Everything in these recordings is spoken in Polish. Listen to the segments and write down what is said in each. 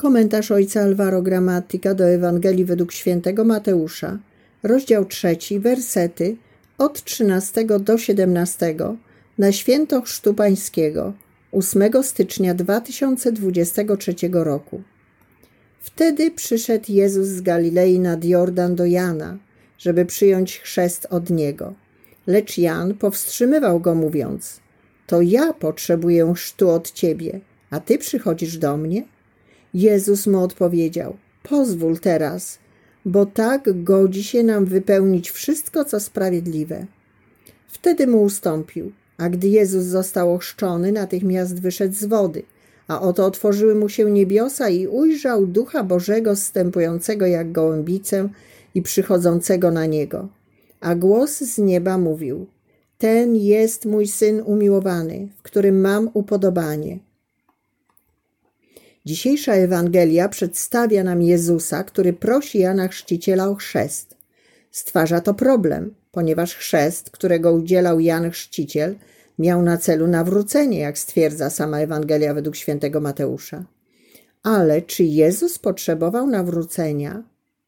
Komentarz ojca Alvaro Gramatika do Ewangelii według świętego Mateusza, rozdział 3, wersety od 13 do 17 na święto Chrztu Pańskiego 8 stycznia 2023 roku. Wtedy przyszedł Jezus z Galilei nad Jordan do Jana, żeby przyjąć chrzest od Niego. Lecz Jan powstrzymywał go, mówiąc: to ja potrzebuję chrztu od Ciebie, a Ty przychodzisz do mnie? Jezus mu odpowiedział: pozwól teraz, bo tak godzi się nam wypełnić wszystko, co sprawiedliwe. Wtedy mu ustąpił, a gdy Jezus został ochrzczony, natychmiast wyszedł z wody, a oto otworzyły mu się niebiosa i ujrzał Ducha Bożego zstępującego jak gołębicę i przychodzącego na Niego. A głos z nieba mówił: ten jest mój Syn umiłowany, w którym mam upodobanie. Dzisiejsza Ewangelia przedstawia nam Jezusa, który prosi Jana Chrzciciela o chrzest. Stwarza to problem, ponieważ chrzest, którego udzielał Jan Chrzciciel, miał na celu nawrócenie, jak stwierdza sama Ewangelia według świętego Mateusza. Ale czy Jezus potrzebował nawrócenia?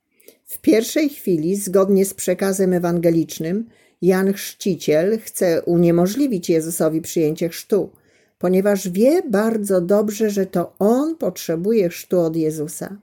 W pierwszej chwili, zgodnie z przekazem ewangelicznym, Jan Chrzciciel chce uniemożliwić Jezusowi przyjęcie chrztu, ponieważ wie bardzo dobrze, że to on potrzebuje chrztu od Jezusa.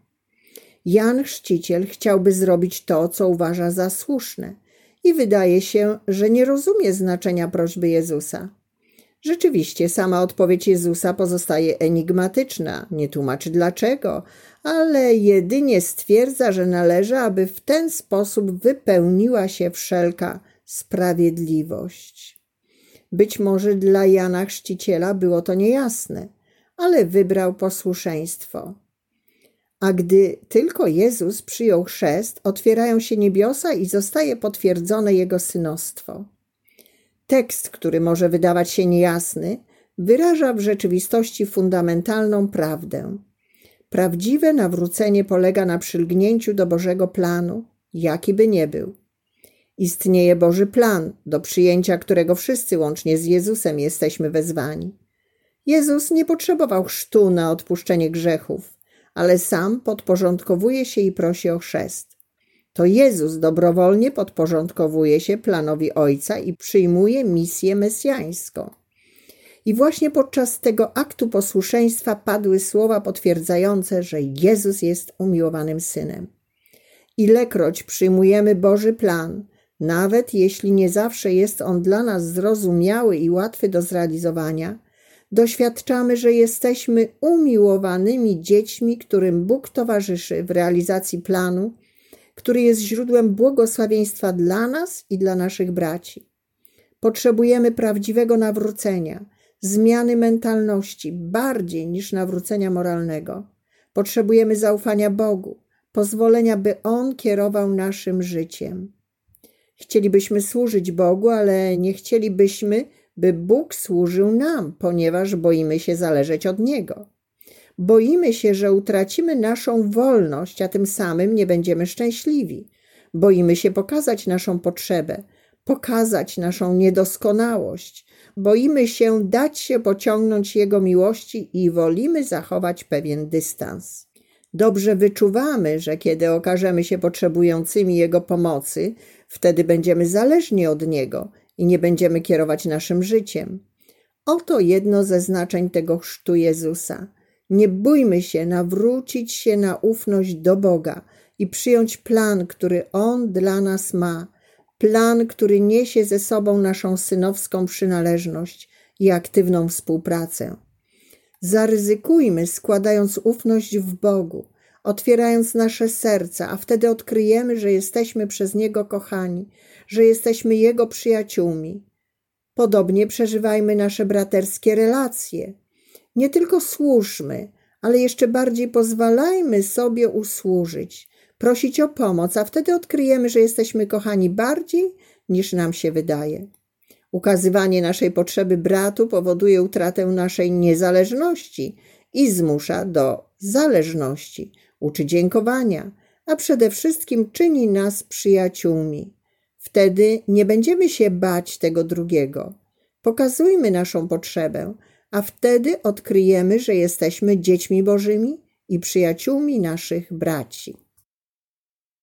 Jan Chrzciciel chciałby zrobić to, co uważa za słuszne i wydaje się, że nie rozumie znaczenia prośby Jezusa. Rzeczywiście, sama odpowiedź Jezusa pozostaje enigmatyczna, nie tłumaczy dlaczego, ale jedynie stwierdza, że należy, aby w ten sposób wypełniła się wszelka sprawiedliwość. Być może dla Jana Chrzciciela było to niejasne, ale wybrał posłuszeństwo. A gdy tylko Jezus przyjął chrzest, otwierają się niebiosa i zostaje potwierdzone Jego synostwo. Tekst, który może wydawać się niejasny, wyraża w rzeczywistości fundamentalną prawdę. Prawdziwe nawrócenie polega na przylgnięciu do Bożego planu, jaki by nie był. Istnieje Boży plan, do przyjęcia którego wszyscy łącznie z Jezusem jesteśmy wezwani. Jezus nie potrzebował chrztu na odpuszczenie grzechów, ale sam podporządkowuje się i prosi o chrzest. To Jezus dobrowolnie podporządkowuje się planowi Ojca i przyjmuje misję mesjańską. I właśnie podczas tego aktu posłuszeństwa padły słowa potwierdzające, że Jezus jest umiłowanym Synem. Ilekroć przyjmujemy Boży plan, nawet jeśli nie zawsze jest on dla nas zrozumiały i łatwy do zrealizowania, doświadczamy, że jesteśmy umiłowanymi dziećmi, którym Bóg towarzyszy w realizacji planu, który jest źródłem błogosławieństwa dla nas i dla naszych braci. Potrzebujemy prawdziwego nawrócenia, zmiany mentalności bardziej niż nawrócenia moralnego. Potrzebujemy zaufania Bogu, pozwolenia, by On kierował naszym życiem. Chcielibyśmy służyć Bogu, ale nie chcielibyśmy, by Bóg służył nam, ponieważ boimy się zależeć od Niego. Boimy się, że utracimy naszą wolność, a tym samym nie będziemy szczęśliwi. Boimy się pokazać naszą potrzebę, pokazać naszą niedoskonałość. Boimy się dać się pociągnąć Jego miłości i wolimy zachować pewien dystans. Dobrze wyczuwamy, że kiedy okażemy się potrzebującymi Jego pomocy, wtedy będziemy zależni od Niego i nie będziemy kierować naszym życiem. Oto jedno ze znaczeń tego chrztu Jezusa. Nie bójmy się nawrócić się na ufność do Boga i przyjąć plan, który On dla nas ma. Plan, który niesie ze sobą naszą synowską przynależność i aktywną współpracę. Zaryzykujmy, składając ufność w Bogu, otwierając nasze serca, a wtedy odkryjemy, że jesteśmy przez Niego kochani, że jesteśmy Jego przyjaciółmi. Podobnie przeżywajmy nasze braterskie relacje. Nie tylko służmy, ale jeszcze bardziej pozwalajmy sobie usłużyć, prosić o pomoc, a wtedy odkryjemy, że jesteśmy kochani bardziej niż nam się wydaje. Ukazywanie naszej potrzeby bratu powoduje utratę naszej niezależności i zmusza do zależności, uczy dziękowania, a przede wszystkim czyni nas przyjaciółmi. Wtedy nie będziemy się bać tego drugiego. Pokazujmy naszą potrzebę, a wtedy odkryjemy, że jesteśmy dziećmi Bożymi i przyjaciółmi naszych braci.